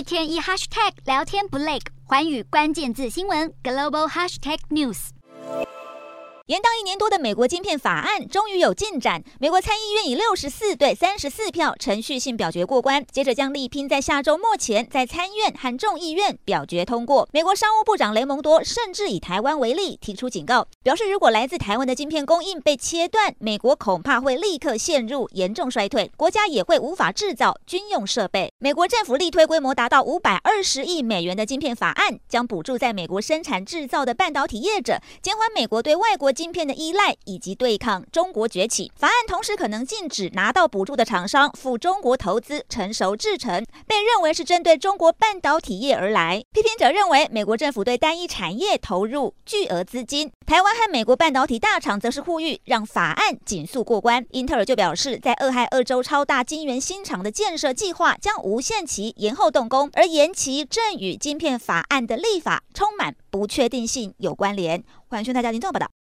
天一 hashtag 聊天不累，寰宇关键字新闻 global hashtag news。 延宕1年多的美国晶片法案终于有进展，美国参议院以64对34票程序性表决过关，接着将力拼在下周末前在参院和众议院表决通过。美国商务部长雷蒙多甚至以台湾为例提出警告，表示如果来自台湾的晶片供应被切断，美国恐怕会立刻陷入严重衰退，国家也会无法制造军用设备。美国政府力推规模达到520亿美元的晶片法案，将补助在美国生产制造的半导体业者，减缓美国对外国晶片的依赖，以及对抗中国崛起。法案同时可能禁止拿到补助的厂商赴中国投资成熟制程，被认为是针对中国半导体业而来。批评者认为，美国政府对单一产业投入巨额资金。台湾和美国半导体大厂则是呼吁让法案紧速过关。英特尔就表示，在俄亥俄州超大晶圆新厂的建设计划将无限期延后动工，而延期正与晶片法案的立法充满不确定性有关联。欢迎收看《大家听众报道》。